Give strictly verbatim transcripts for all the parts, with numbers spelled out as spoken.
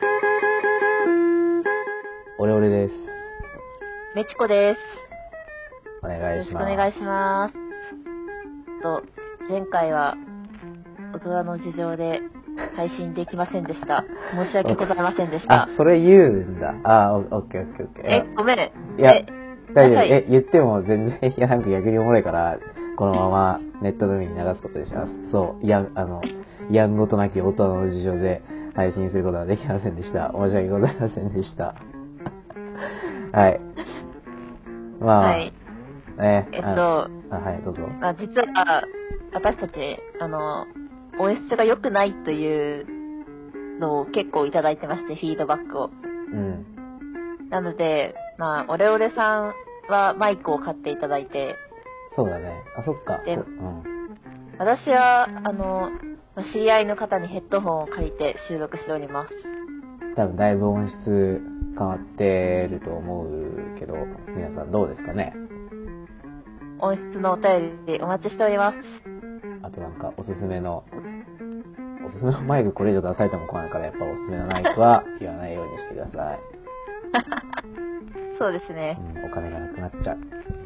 オレオレです。 メチコです。 お願いします。 よろしくお願いします。と、前回は大人の事情で配信できませんでした。申し訳ございませんでした。 あ、それ言うんだ。あ、オッケーオッケーオッケー。 え、ごめん。 いや、 え大丈夫。え、言っても全然、いや、なんか逆におもろいから、このままネットの海に流すことにします。そう、いや、あの、やんごとなき大人の事情で配信することができませんでした。申し訳ございませんでした。はい。まあ、 はい。 ね、 えっと、 あ、はい、どうぞ。 まあ、実は、私たち、あの、音質が良くないというのを結構いただいてまして、フィードバックを。 うん。 なので、まあ、オレオレさんはマイクを買っていただいて、 そうだね。あ、そっか。 で、 うん。 私は、あの、知り合いの方にヘッドホンを借りて収録しております。 多分だいぶ音質変わってると思うけど、皆さんどうですかね。 音質のお便りお待ちしております。 あとなんかおすすめの、おすすめのマイクこれ以上出されても来ないから、やっぱおすすめのマイクは言わないようにしてください。 そうですね。 うん、お金がなくなっちゃう。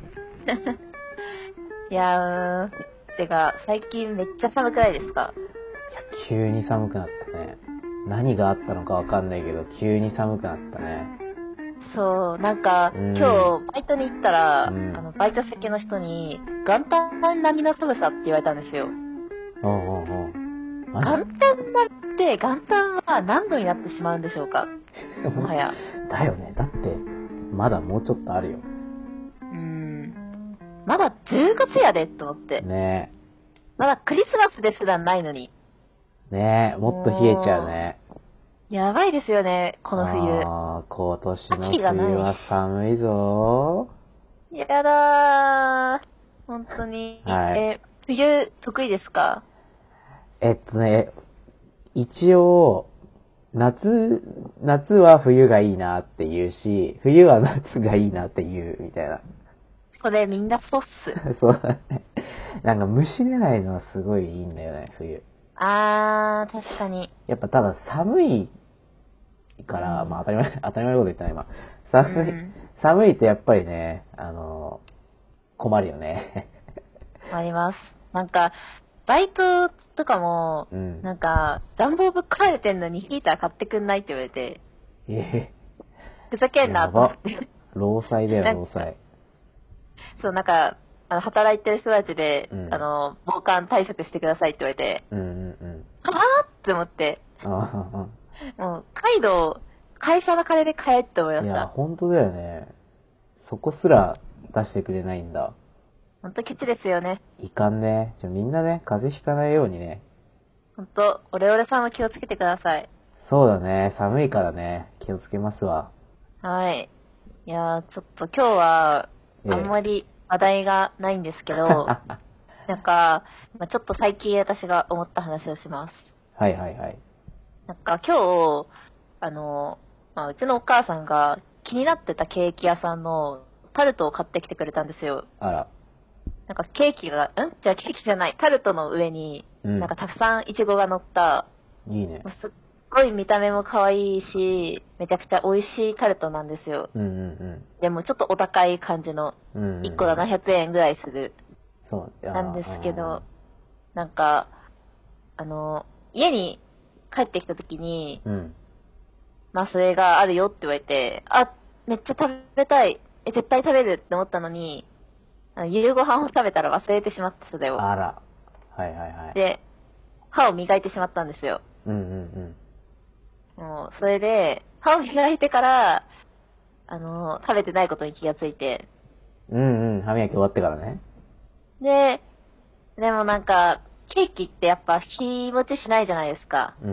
いやー、てか、最近めっちゃ寒くないですか？ いや、急に寒くなったね。何があったのかわかんないけど、急に寒くなったね。 そう、なんか、 うん、 今日、バイトに行ったら、 うん、 あの、バイト先の人に、元旦並みの寒さって言われたんですよ。 おうおうおう。マジ？ 元旦並みって、元旦は何度になってしまうんでしょうか？もはや。 だよね。だって、まだもうちょっとあるよ。 うーん。まだじゅうがつやで、と思って。 ねまだクリスマスですらないのに。 え。ねえ、もっと冷えちゃうね。 やばいですよね、この冬。 ああ、今年の秋がないし。 冬は寒いぞやだー。本当に。 ー。はい。 え、冬得意ですか？ えっとね、一応、夏、夏は冬がいいなって言うし、冬は夏がいいなって言う、みたいな。 それみんなそうっす。 そうだね。なんか虫出ないのはすごいいいんだよね、冬。 あー、確かに。 やっぱただ寒いから、 うん、 まあ当たり前、当たり前のこと言ったね、今。寒い、 うん。 寒いとやっぱりね、あの、困るよね。 あります。なんか、バイトとかも、 うん。 なんか、暖房ぶっ壊れてんのにヒーター買ってくんないって言われて、 えふざけえ、 んなと思っやば。 て。 労災だよ、 なんか、 労災。 そう、なんか、あの、働いてる人たちで、 うん。 あの、防寒対策してくださいって言われて、 うんうんうん。 はぁって思って、 ああ、 もう、カイドウ、会社の金で買えって思いまいや、 した。 ほんとだよね。そこすら出してくれないんだ。 ほんとケチですよね。 いかんね。じゃあみんなね、風邪ひかないようにね。 ほんと、オレオレさんも気をつけてください。 そうだね。寒いからね。気をつけますわ。 はい。いやー、ちょっと今日は、あんええ。 まり話題がないんですけど、なんか、まあ、ちょっと最近私が思った話をします。 はいはいはい。 なんか今日、あの、まあ、うちのお母さんが気になってたケーキ屋さんのタルトを買ってきてくれたんですよ。 あら。 なんかケーキが、んじゃあケーキじゃない、タルトの上に、 うん。 なんかたくさんイチゴが乗った、 いいね。 すっごい見た目も可愛いし、めちゃくちゃ美味しいタルトなんですよ。 うんうんでもちょっとお高い感じの、 うん。うんうん、 いっこうん。 ななひゃくえんぐらいする。 そう。 なんですけあど、なんか、あの、家に帰ってきた時に、 あ。うん。 まあそれがあるよって言われて、あ、めっちゃ食べたい。え、絶対食べるって思ったのに、あの夕ご飯を食べたら忘れてしまって、それを。 あら。はいはいはい。 で、歯を磨いてしまったんですよ。 うんうんもう、それで、歯を磨いてから、あの、食べてないことに気がついて。 うん。うんうん。歯磨き終わってからね。 で、でもなんか、ケーキってやっぱ日持ちしないじゃないですか。 うん。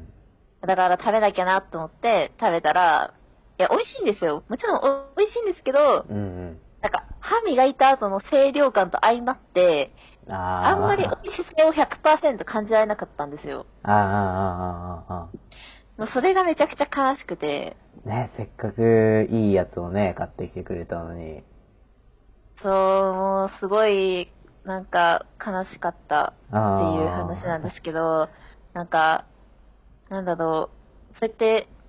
だから食べなきゃなと思って食べたら、いや、美味しいんですよ。もちろん美味しいんですけど、 うんうん。 なんか、歯磨いた後の清涼感と相まって、あんまり美あ味しさをひゃくパーセント感じられなかったんですよ。 あ。ああ、ああ、ああ、あもうそれがめちゃくちゃ悲しくて、 あ。ね、せっかくいいやつをね、買ってきてくれたのに。 そう、もうすごい、なんか悲しかったっていう話なんああ。 ですけど、なんか、なんだろう、そうやって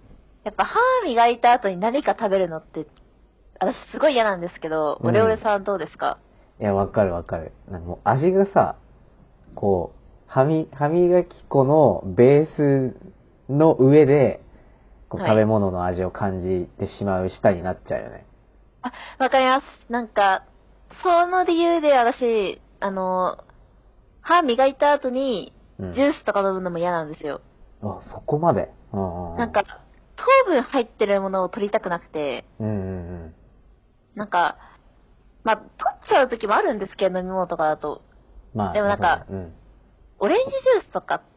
やっぱ歯磨いた後に何か食べるのって、私すごい嫌なんですけど、 うんオレオレさんどうですか？ いや、わかるわかる。なんかもう味がさ、こう、歯み、歯磨き粉のベースの上で、こうはい食べ物の味を感じてしまう舌になっちゃうよね。 あ、わかります。なんか、その理由で私、あの、歯磨いた後に、 うん。 ジュースとか飲むのも嫌なんですよ。 あ、そこまで。うんうんうん。 なんか、糖分入ってるものを取りたくなくて、 うんうんうん。 なんか、まあ、取っちゃう時もあるんですけど、飲み物とかだと。 まあ、 でもなんか、 そうね。 オレンジジュースとかって、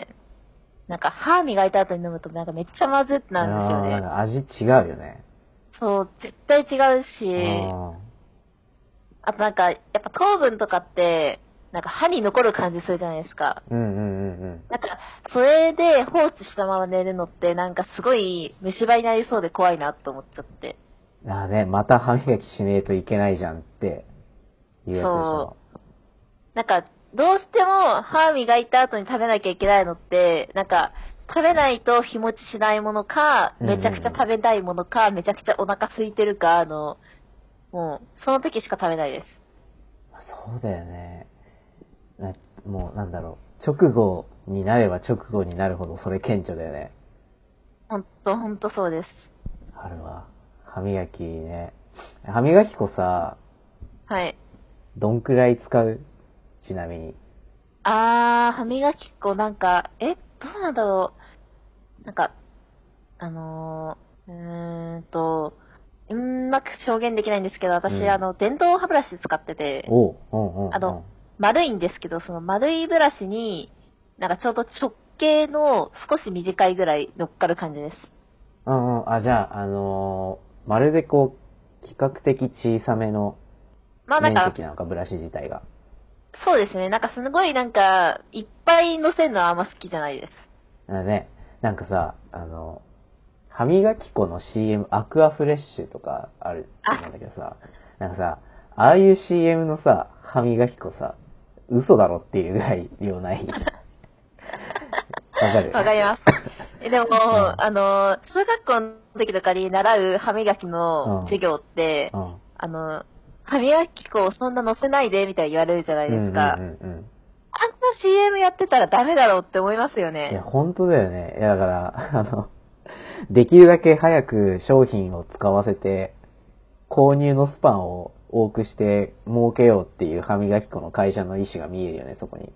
なんか歯磨いた後に飲むとなんかめっちゃまずってうん。 なるんですよああ、なんね。 か味違うよね。 そう、絶対違うし、 ああとなんか、やっぱ糖分とかって、なんか歯に残る感じするじゃないですか。 あ。うんうんうんうん。 なんか、それで放置したまま寝るのって、なんかすごい虫歯になりそうで怖いなと思っちゃって。 ああね、また歯磨きしねえといけないじゃんっていうやつでしょ。 そう。なんか、どうしても歯磨いた後に食べなきゃいけないのって、なんか、食べないと日持ちしないものか、 うんうんうんめちゃくちゃ食べたいものか、めちゃくちゃお腹空いてるか、あの、もう、その時しか食べないです。 そうだよね。なもうなんだろう。直後になれば直後になるほどそれ顕著だよね。 ほんと、ほんとそうです。 あるわ。歯磨きね。歯磨き粉さ、 はい。 どんくらい使う？ちなみに。 あー、歯磨き粉なんか、え、どうなんだろう。なんか、あのー、うーんと、うまく証言できないんですけど、私、あうん。 の、電動歯ブラシ使ってて、 おう、うんうんあの、 うん。 丸いんですけど、その丸いブラシに、なんかちょうど直径の少し短いぐらい乗っかる感じです。 うんうん。あ、じゃあ、あのーまるでこう、比較的小さめのまあなんか、 面積なのか、ブラシ自体が。 そうですね。なんかすごいなんか、いっぱい乗せるのはあんま好きじゃないです。 あのね、なんかさ、あの、歯磨き粉の シーエム、アクアフレッシュとかあると思うんだけどさ、なんかさ、ああいう シーエム のさ、歯磨き粉さ、嘘だろっていうぐらい量ない。わかる？ わかります。え、でも、 うん。 あの、小学校の時とかに習う歯磨きうん。 の授業って、 うん。 あの、歯磨き粉をそんな乗せないでみたいに言われるじゃないうんうんうんですか。 うん。 あんな シーエム やってたらダメだろうって思いますよいや、 ね。 本当だよね。いや、だから、あの、できるだけ早く商品を使わせて、購入のスパンを多くして儲けようっていう歯磨き粉の会社の意思が見えるよね、そこに。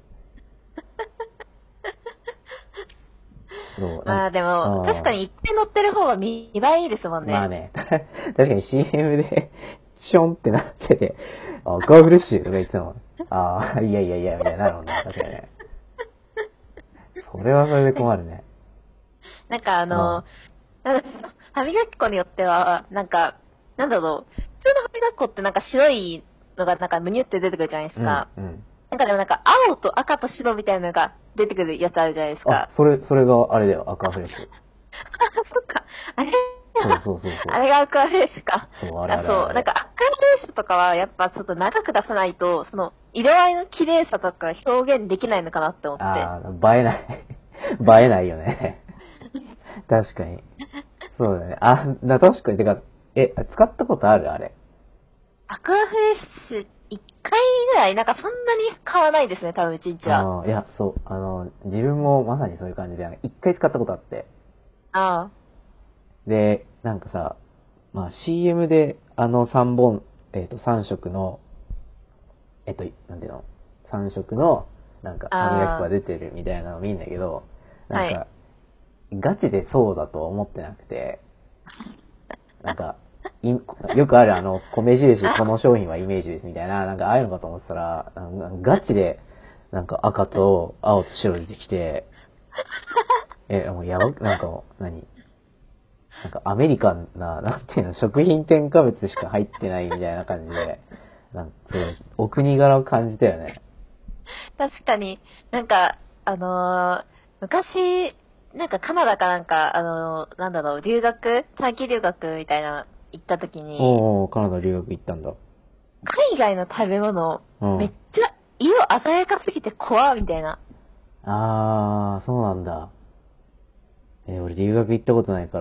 そう、なんか、 まあでも、確かあに一回乗ってる方が見栄えいいですもんね。 まあね、確かに シーエム で、ションってなってて、あ、ガーフレッシュとか言ってたもん。ああ、いやいやいや、みたいになるもんね、確かにね。それはそれで困るね。 なんかあうん。 の、なんか歯磨き粉によっては、なんか、なんだろう、普通の歯磨き粉ってなんか白いのがなんかムニュって出てくるじゃないですうん、 か。 うん。 なんかでもなんか青と赤と白みたいなのが出てくるやつあるじゃないですあ、 か。 それ、それがあれだよ、アクアフレッシュ。 あ、そっか。あれそうそうそうそあれがアクアフレッシュか。 う。そう、あれああ、そう。なんれあれあれ。 かアクアフレッシュとかはやっぱちょっと長く出さないと、その色合いの綺麗さとか表現できないのかなって思って。 ああ、映えない。映えないよね。確かに。そうだね。あ、な、確かに。てか、え、使ったことあるあれ？ アクアフレッシュ一回ぐらい、なんかそんなに買わないですね、多分一日は。 ああ、いや、そう。あの、自分もまさにそういう感じで、一回使ったことあって。 あで、なんかさ、まあ シーエム であのさんぼん、えっとさん色の、えっと、なんていうの ?さん 色の、なんかあ、 歯磨き粉があ出てるみたいなの見るんだけど、 あ、はい。 なんか、ガチでそうだとは思ってなくて、なんか、いよくあるあの、米印、こあ、 の商品はイメージですみたいな、なんかああいうのかと思ってたら、なんかガチで、なんか赤と青と白出てきて、え、もうやばく、なんか、何なんかアメリカンな、なんていうの、食品添加物しか入ってないみたいな感じで、なんかすごい、お国柄を感じたよね。 確かに、なんか、あのー昔、なんかカナダかなんか、あのーなんだろう、留学短期留学みたいな行った時に、 おー、カナダ留学行ったんだ。 海外の食べ物、めっうん。 ちゃ色鮮やかすぎて怖みたいな。 あー、そうなんだ。えー俺留学行ったことないから、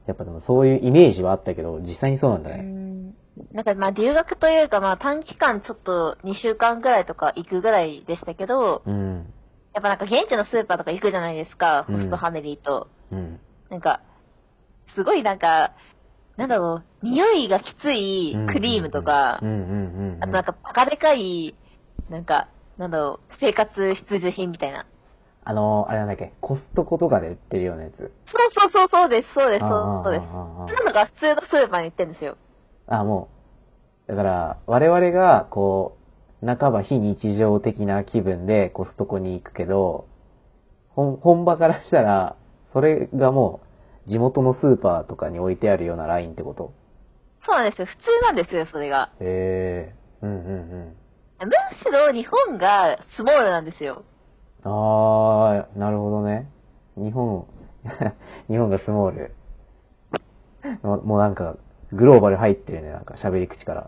やっぱでもそういうイメージはあったけど、実際にそうなんだうね。 ん。なんかまあ留学というかまあ短期間ちょっとにしゅうかんぐらいとか行くぐらいでしたけど、 うん。 やっぱなんか現地のスーパーとか行くじゃないですか、 うんホストファミリーと。 うん。 なんか、すごいなんか、なんだろう、匂いがきついクリームとか、 うんうんうんうん。 あとなんかバカでかい、なんか、なんだろう、生活必需品みたいな。 あの、あれなんだっけ、コストコとかで売ってるようなやつ。 そうそうそうそうです、そうです、 ああ、 そうです。 ああ、 そういうのが普通のスーパーに売ってるんですよ。 ああ。あ、もう、だから、我々が、こう、半ば非日常的な気分でコストコに行くけど、本、本場からしたら、それがもう、地元のスーパーとかに置いてあるようなラインってこと？ そうなんですよ、普通なんですよ、それが。 へえ、うんうんうん。 むしろ日本がスモールなんですよ。 あー、なるほどね。日本、日本がスモール。もうもうなんか、グローバル入ってるね、なんか喋り口から。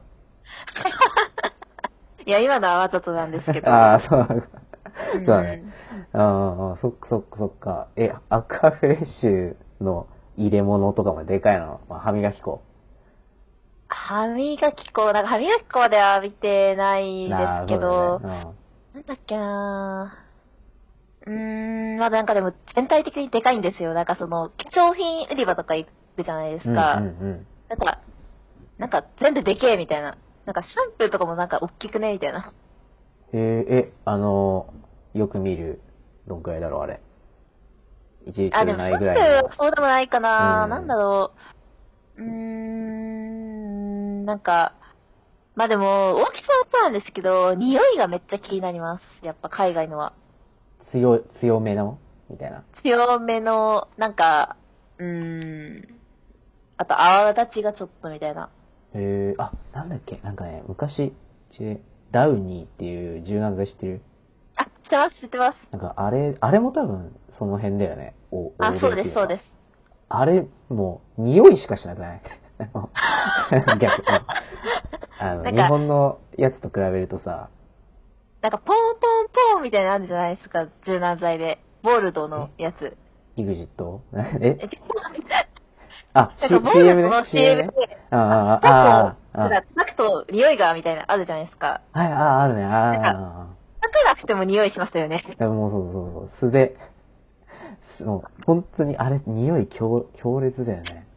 いや、今のはわざとなんですけど。 ああ、そうなんか。 うそうだね。 ん。 ああ、そっかそっかそっか。え、アクアフレッシュの入れ物とかもでかいの？まあ、歯磨き粉。 歯磨き粉、なんか歯磨き粉では見てないでああ、 すけそうだよど、 ね。 なんだっけなぁ。うーん、まあなんかでも全体的にでかいんですよ。なんかその、化粧品売り場とか行くじゃないでうん。うんうんすか。 うん。 なんか、なんか全部でけえみたいな。なんかシャンプーとかもなんか大きくねみたいな。 へえ、え、あの、よく見る、どんくらいだろう、あれ。いちリットあ、でもシャンルないぐらプいの。 ーはそうでもないかうななんだん。 ろう。うーん、なんか、まあでも、大きさはそうなんですけど、匂いがめっちゃ気になります。やっぱ海外のは。 強、強めのみたいな。 強めの、なんか、うーん、あと泡立ちがちょっとみたいな。 へえ、あ、なんだっけ、なんかね、昔、ちダウニーっていう柔軟剤知ってる？ あ、知ってます、知ってます。 なんかあれ、あれも多分その辺だよね。おあ、 欧そうです、 米っていうか。 そうです。 あれ、もう、匂いしかしなくない？逆に。あの、日なんか、 本のやつと比べるとさ、 なんかポンポンポンみたいなのあるじゃないですか、柔軟剤で。ボールドえのやつ。 イグジットええ、ちょあ、 なんか C、 ボールシーエム ねドのシーエムシーエムね。 で、 ああ、 あ、あ結構、 あ、ああ、 なんか、叩くと匂いがみたいな、あるじゃないですか。 はい、ああ、あるね。 なんか、 あ叩かなくても匂いしますよね。 あ、もうそうそうそう。素で、もう、本当にあれ、匂い強、強烈だよね。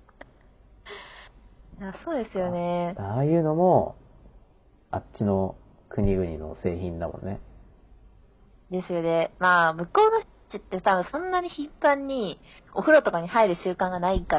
いや、そうですよあね。 ああいうのも、あっちの国々の製品だもんね。 ですよね。まあ、向こうの人たちって多分そんなに頻繁にお風呂とかに入る習慣がないから、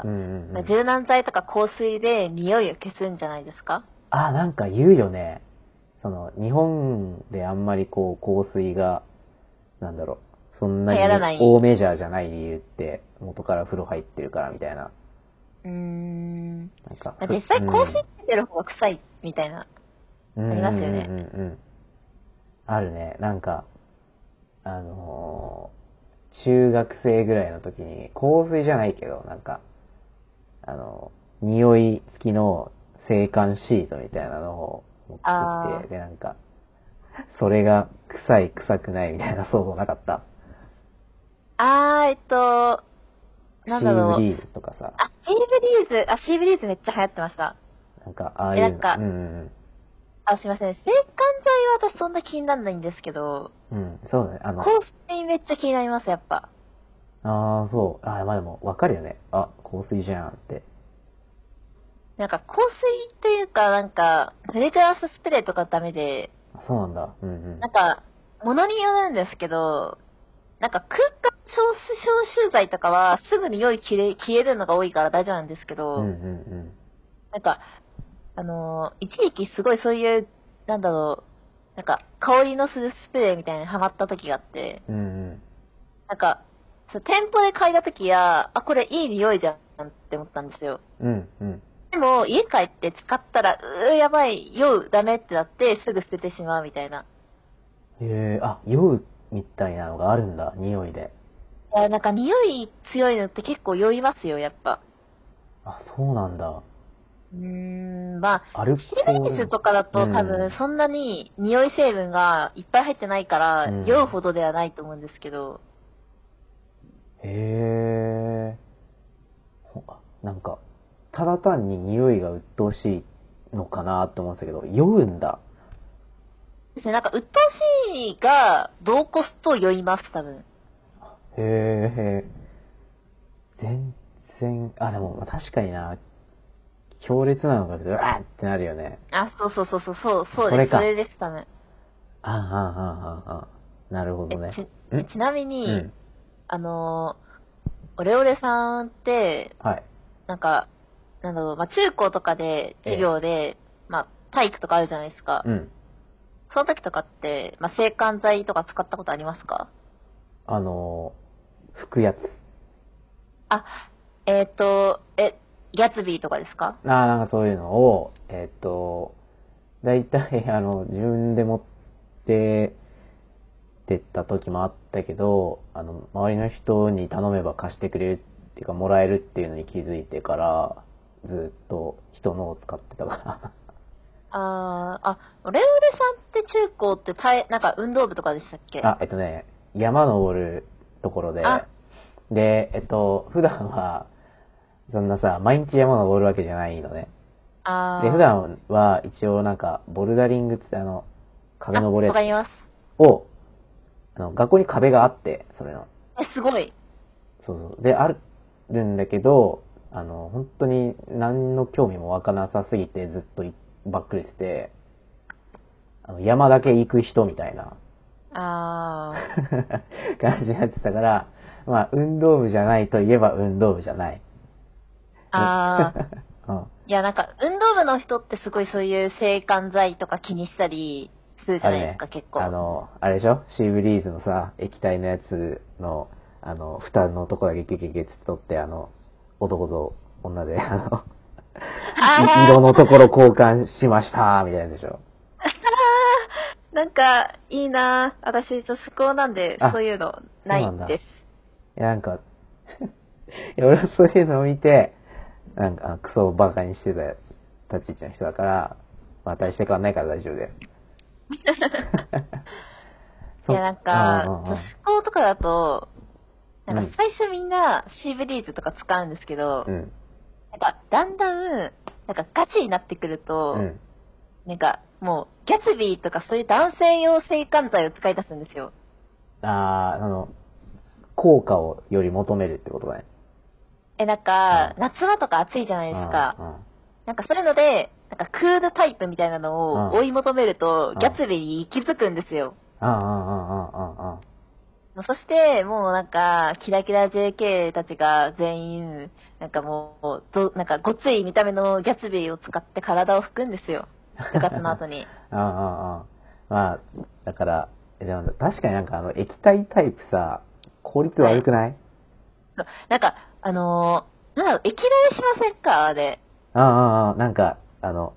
うんうんうん。 柔軟剤とか香水で匂いを消すんじゃないですか？ あ、なんか言うよね。その、日本であんまりこう、香水が、なんだろう、そんな流行らにない。 大メジャーじゃない理由って、元から風呂入ってるからみたいな。 うーん。 なんか、 まあ、 ふ、 実際香水うん。 つけてる方が臭いみたいな、 うんうんありますよね。 うんうんうん。あるね。なんか、あのー中学生ぐらいの時に、香水じゃないけど、なんか、あの、匂い付きの制汗シートみたいなのを持ってきて、 あで、なんか、それが臭い臭くないみたいな想像なかった？ ー。あー、えっと、なんシーブだろう。 リーズとかさ、 あ、シーブリーズ、あ、シーブリーズめっちゃ流行ってました。 なんか、ああえ、 いうの、うなんか、 んあ、すいません。制汗剤は私そんな気にならないんですけど、 うんうん、うん、そうだね。あ香の、 水めっちゃ気になります、やっぱ。 ああ、そう、ああ、まあでも、わかるよね。あ、香水じゃんって。 なんか香水というか、なんか、フレグランススプレーとかダメで、 あ、そうなんだ。うんうん。 なんか、ものによるんですけど、なんか空間消消臭剤とかはすぐに匂い消え消えるのが多いから大丈夫なんですけど、 うんうんなんか、あのー、一時期すごいそういう、なんだろう、なんか、香りのするスプレーみたいにハマった時があって、 うん。うんうん。 なんか、そう店舗で嗅いだ時や、あ、これいい匂いじゃんって思ったんですよ。 うんうん。 でも、家帰って使ったら、うー、やばい、酔う、ダメってなって、すぐ捨ててしまうみたいな。 へえ、あ、酔うみたいなのがあるんだ、匂いで。 いや、なんか匂い強いのって結構酔いますよ、やっぱ。 あ、そうなんだ。 うーん、まあ、 アルシーブリーズコールのか。うとかだと多分ん。 そんなに匂い成分がいっぱい入ってないかうら、酔うん。 ほどではないと思うんですけど、 へえ。 なんか、ただ単に匂いが鬱陶しいのかなって思ってたけど、酔うんだ。 ですね、なんか、鬱陶しいが、度を越すと酔います、多分。 へえ、全然、あ、でも確かにな、強烈なのがうわーってなるよね。 あ、そうそうそうそう、そう、そうです。 それか。 それです、多分。 ああ、ああ、ああ、ああ。なるほえ、 どね。 ち、え、 んちなみに、 うん。 あのー、オレオレさんって、 はい。 なんか、なんだろう、まあ、中高とかで、授ええ。 業で、まあ、体育とかあるじゃないですか。 うん。 その時とかって、まあ、制汗剤とか使ったことありますか？ あのー、拭くやつ。 あ、えっ、と、え、ギャツビーとかですか？ ああ、なんかそういうのを、えっと、だいたい、あの、自分で持ってってった時もあったけど、あの、周りの人に頼めば貸してくれるっていうか、もらえるっていうのに気づいてから、ずっと人のを使ってたから。 あー、あ、オレオレさんって中高って体、なんか運動部とかでしたっけ？ あ、えっとね、山登るところで、 あ、 で、えっと、普段は、そんなさ、毎日山登るわけじゃないのね。で、普あ段は一応なんか、ボルダリングってあの、 ー、 壁あ、 登るやつわかります。 を、あの、学校に壁があって、それの。 え、すごい。 そうそう。で、あるんだけど、あの、本当に何の興味も湧かなさすぎてずっとばっくりしてて、あの、山だけ行く人みたいなあ感じになってたから、まあ、運動部じゃないといえば運動部じゃない。 ー、あー、 うん。 いや、なんか、運動部の人ってすごいそういう制汗剤とか気にしたりするじあれね、 ゃないですか、結構。 あの、あれでしょシーブリーズのさ、液体のやつの、あの、蓋のとこだけギュギュギュって取って、あの、男と女で、あの、いあー、 色のところ交換しました、みたいなやつでしょ。 なんか、いいなぁ。私、女子校なんで、 あ、 そういうの、 そうなんだ。 ないです。 いや、なんか、いや俺はそういうのを見て、なんか、クソバカにしてた立ち位置の人だから、まあ、大して変わんないから大丈夫だよ。 いや、 そ、 なんあか、女子あ、ああ、 校とかだと、なんかうん、 最初みんなシーブリーズとか使うんですけど、 うん、 なんかだんだん、なんかガチになってくると、 うん。 なんかもうギャツビーとかそういう男性用制汗剤を使い出すんですよ。 ああ、あの、効果をより求めるってことだね。 え、なんうん、 か、夏場とか暑いじゃないうん、 ですか。 うん、 なんかそういうので、なんかクールタイプみたいなのうん、 を追い求めると、 うん、 ギャツビーに行き着くんですよ。 ああ、ああ、ああ、 そして、もうなんか、キラキラ ジェーケー たちが全員、なんかもう、どなんかごつい見た目のギャツビーを使って体を拭くんですよ。部活の後に。 ああ、ああ、まあ、だから、でも確かになんかあの液体タイプさ、効率はい。 悪くない？ そうなんか、あのー、なんだろう、液体しませんかあれ。 ああ、ああ、なんか、あの、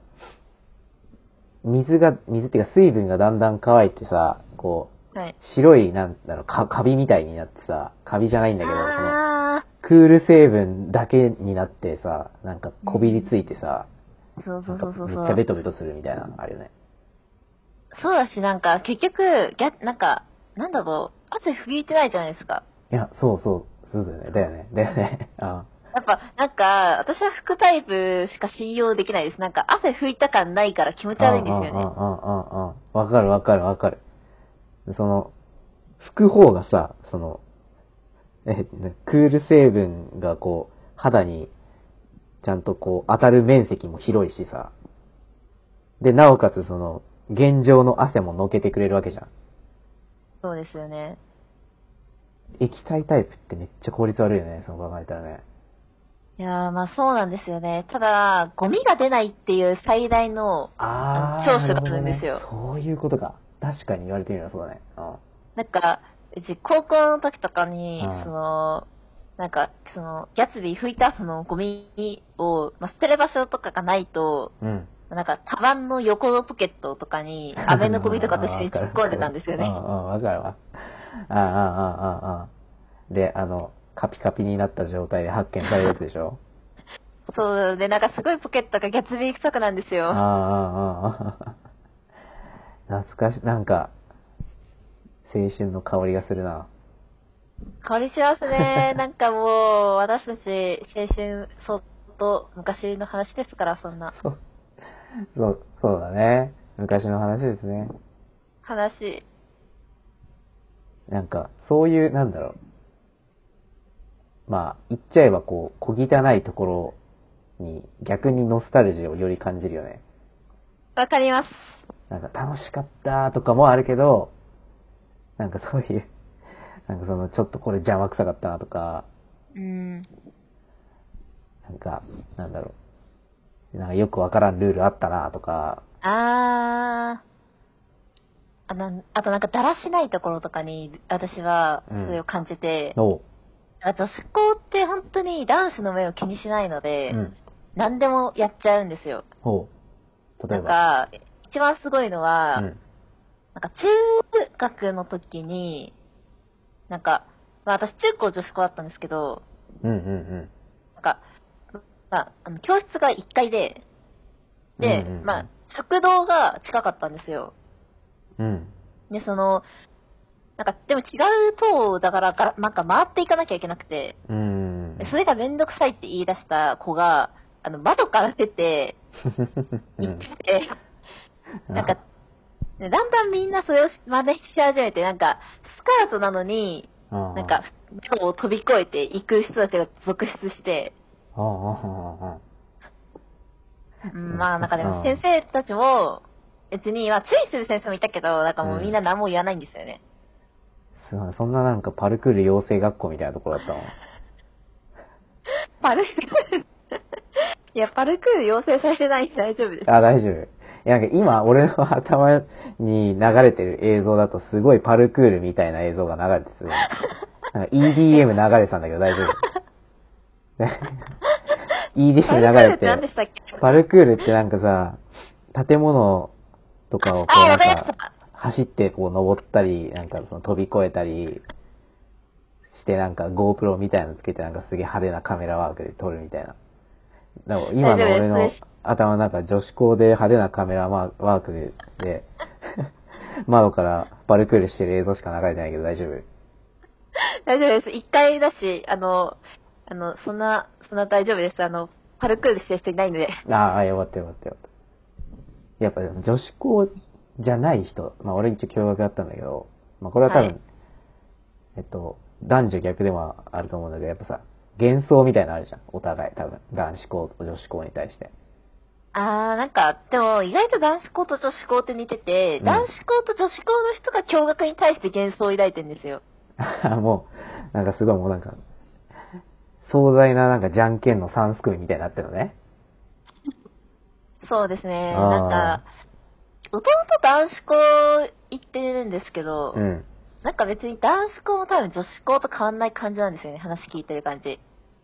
水が、水っていうか水分がだんだん乾いてさ、こう、 はい。 白い、なんだろう、か、カビみたいになってさ、カビじゃないんだけど、その、 あクール成分だけになってさ、なんかー。うこびりついん。 てさ、なんかそうそうそうそうめっそう。 ちゃベトベトするみたいなのあるよね。 そうだし、なんか、結局、ギャ、なんか、なんだろう、汗拭いてないじゃないですか。 いや、そうそう、そうだよね、だよね、だよね。あやっぱ、なんか、私は拭くタイプしか信用できないです。なんか、汗拭いた感ないから気持ちあ、あ悪いんあ、ああ、 ですよね。 ああ、ああ、わかるわかるわかる。その、拭く方がさ、その、え、クール成分がこう、肌にちゃんとこう、当たる面積も広いしさ。で、なおかつその、現状の汗ものけてくれるわけじゃん。 そうですよね。 液体タイプってめっちゃ効率悪いよね、そう考えたらね。 いやー、まあそうなんですよね。ただ、ゴミが出ないっていう最大の、あの、 あー、なる長所があほどね。 るんですよ。 そういうことか。確かに言われてみればそうだね。うん。 なんか、うち高校の時とかに、そうん。 の、なんか、その、ギャツビー拭いたそのゴミを、まあ、捨てる場所とかがないと、 うん。 なんか、カバンの横のポケットとかに、 あ飴のゴミとかと一緒にわか突っ込んでるわかる。 たんですよね。 うんうん、わかるわ。あーあーあーあーあー。で、あの、カピカピになった状態で発見されるやつでしょ？ そう、で、なんかすごいポケットがギャツビー臭くなんですあーよ。 あーあーあー。懐かしい。なんか、青春の香りがするな。 変わりしますね。なんかもう、私たち、青春、そっと、昔の話ですから、そんな。 そう、そう、そうだね。昔の話ですね。 話。 なんか、そういう、なんだろう。まあ、言っちゃえばこう、小汚いところに逆にノスタルジーをより感じるよね。 わかります。 なんか楽しかったとかもあるけど、なんかそういう、なんかそのちょっとこれ邪魔くさかったなとか、 うん。 なんか、なんだろう。なんかよくわからんルールあったなとか、 あー。あなんあとなんかだらしないところとかに私はうん。 それを感じて、 おう。 なんか女子校って本当に男子の目を気にしないので、 うん。 何でもやっちゃうんですよ。 ほう。例なえば。 んか、一番すごいのは、 うん。 なんか中学の時に、なんか、まあ私中高女子校だったんですけど、 うんうんなんか、まあ、あの教室がいっかいで、 うん。うんうで、まあ、 ん食堂が近かったんですよ。 うん。うん。 で、その、なんか、でも違う塔だからが、なんか回っていかなきゃいけなくて、 うんうんうん。 それがめんどくさいって言い出した子が、あの、窓から出て、行っうん。 て、なんか、だんだんみんなそれを真似し始めて、なんか、スカートなのに、 ああ。 なんか、窓を飛び越えて行く人たちが続出して、 ああ、ああ、ああ。 うんまあなんかでもあ先生たちも、別に、まあ注意する先生もいたけど、なんかうん。 もうみんな何も言わないんですよね。 すごい。そんななんかパルクール養成学校みたいなところだったの。 パルクールいや、パルクール要請されてないんで大丈夫です。 あ、大丈夫。いや、なんか今、俺の頭に流れてる映像だとすごいパルクールみたいな映像が流れてすごい。なんか イーディーエム 流れてたんだけど大丈夫。 パイーディーエムルクールって何流れて、 でしたっけ？ パルクールってなんかさ、建物とかをこあ、わうなんか、 かりました。 走ってこう登ったり、なんかその飛び越えたりしてなんか GoPro みたいなのつけてなんかすげえ派手なカメラワークで撮るみたいな。だから今大丈夫です。それの俺の頭の中、女子校で派手なカメラワークで、窓からパルクールしてる映像しか流れてないけど大丈夫？ 大丈夫です。一回だし、あの、あの、そんな、そんな大丈夫です。あの、パルクールしてる人いないので。 ああ、よかったよかったよかった。やっぱでも女子校じゃない人、まあ俺一応共学だったんだけど、まあこれは多分、 はい。 えっと、男女逆でもあると思うんだけど、やっぱさ、幻想みたいなのあるじゃん。お互い多分。男子校と女子校に対して。 あー、なんか、でも、意外と男子校と女子校って似てて、男うん。 子校と女子校の人が共学に対して幻想を抱いてるんですよ。 もう、なんかすごいもうなんか、壮大ななんかじゃんけんのさんすくみみたいになってるのね。 そうですね。なんああ、 か、弟男子校行ってるんですけど、 うん。 なんか別に男子校も多分女子校と変わんない感じなんですよね。話聞いてる感じ。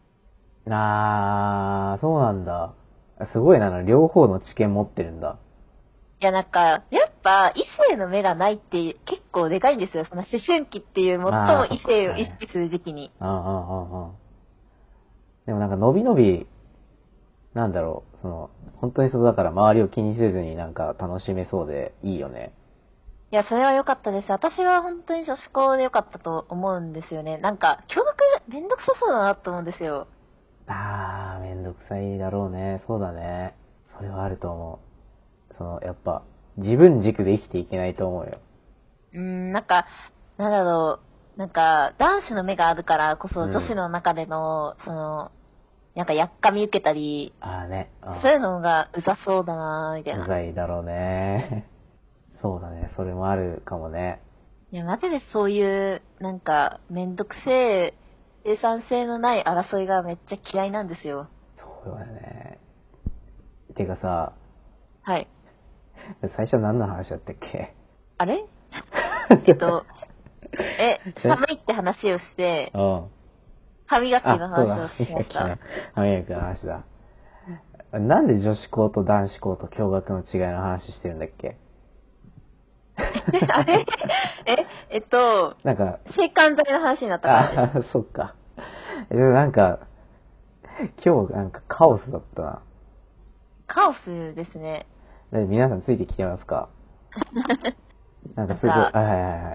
あー、そうなんだ。すごいな、両方の知見持ってるんだ。 いやなんか、やっぱ異性の目がないって結構でかいんですよ。その思春期っていう最もあー、そっか。 異性を意はい。 識する時期に。 あーあー、あーあー。でもなんか、のびのび、なんだろう、その、本当にそうだから周りを気にせずになんか楽しめそうでいいよね。 いや、それは良かったです。私は本当に女子校で良かったと思うんですよね。なんか、教学めんどくさそうだなと思うんですよ。 あー、めんどくさいだろうね。そうだね。それはあると思う。その、やっぱ、自分軸で生きていけないと思うよ。 うーん、なんか、なんだろう。なんか、男子の目があるからこそ女子うん。 の中での、その、なんかやっかみ受けたり、 あーね。 そういうのがうざそうだなみたいうん。うな。 ざいだろうね。そうだね。それもあるかもね。 いや、マジでそういう、なんか、めんどくせえ、生産性のない争いがめっちゃ嫌いなんですよ。 そうだよね。てかさ、 はい。 最初何の話だったっけ？ あれえっと、え、 え寒いって話をして、 うん。 歯磨きあ、 の話をそうだ、歯しました。 磨きの、歯磨きの話だ。なんで女子校と男子校と共学の違いの話してるんだっけ？ あれえ、えっと、 なんか、 制汗剤の話になったからです。 あ、そっか。でもなんか、今日なんかカオスだったな。 カオスですね。 で皆さんついてきてますか？なんかすごい、 なんか、 はいはいはいはい。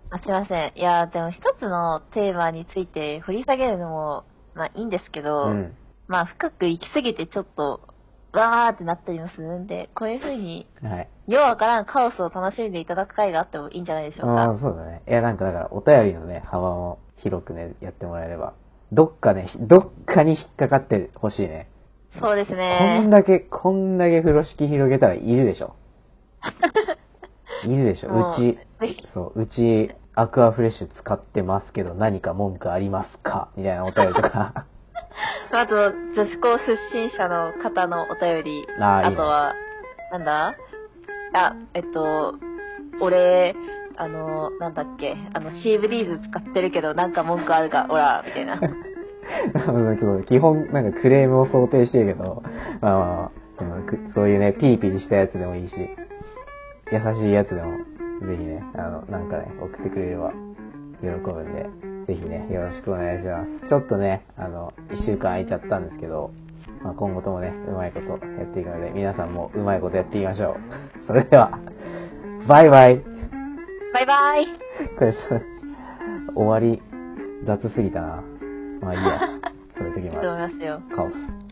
あ、すいません。いや、でも一つのテーマについて掘り下げるのも、まあいいんですけど、 うん。 まあ深く行き過ぎてちょっと、わーってなったりもするんで、こういう風に、 はい。 ようわからんカオスを楽しんでいただく回があってもいいんじゃないでしょうか。 ああ、そうだね。いや、なんかだから、お便りのね、幅も広くね、やってもらえれば。どっかね、どっかに引っかかってほしいね。 そうですこんね。 だけ、こんだけ風呂敷広げたらいるでしょ。いるでしょ。うもう、 ち、 ぜひ。 そう、うち、アクアフレッシュ使ってますけど、何か文句ありますかみたいなお便りとか。 あと、女子校出身者の方のお便り。 ああ、いいね。 あとは、なんだあ、えっと、俺、あの、なんだっけ、あの、シーブリーズ使ってるけど、なんか文句あるか、おら、みたいな。 そう基本、なんかクレームを想定してるけど、まあまあまあ、そのくそういうね、ピリピリしたやつでもいいし、優しいやつでも、ぜひね、あの、なんかね、送ってくれれば喜ぶんで、ぜひね、よろしくお願いします。ちょっとね、あの、一週間空いちゃったんですけど、まあ、今後ともね、うまいことやっていくので、皆さんもうまいことやっていきましょう。それでは、バイバイ。 バイバイ。 これちょっと、終わり、雑すぎたな。まあいいや。それときいいまと思いますよ。 カオス。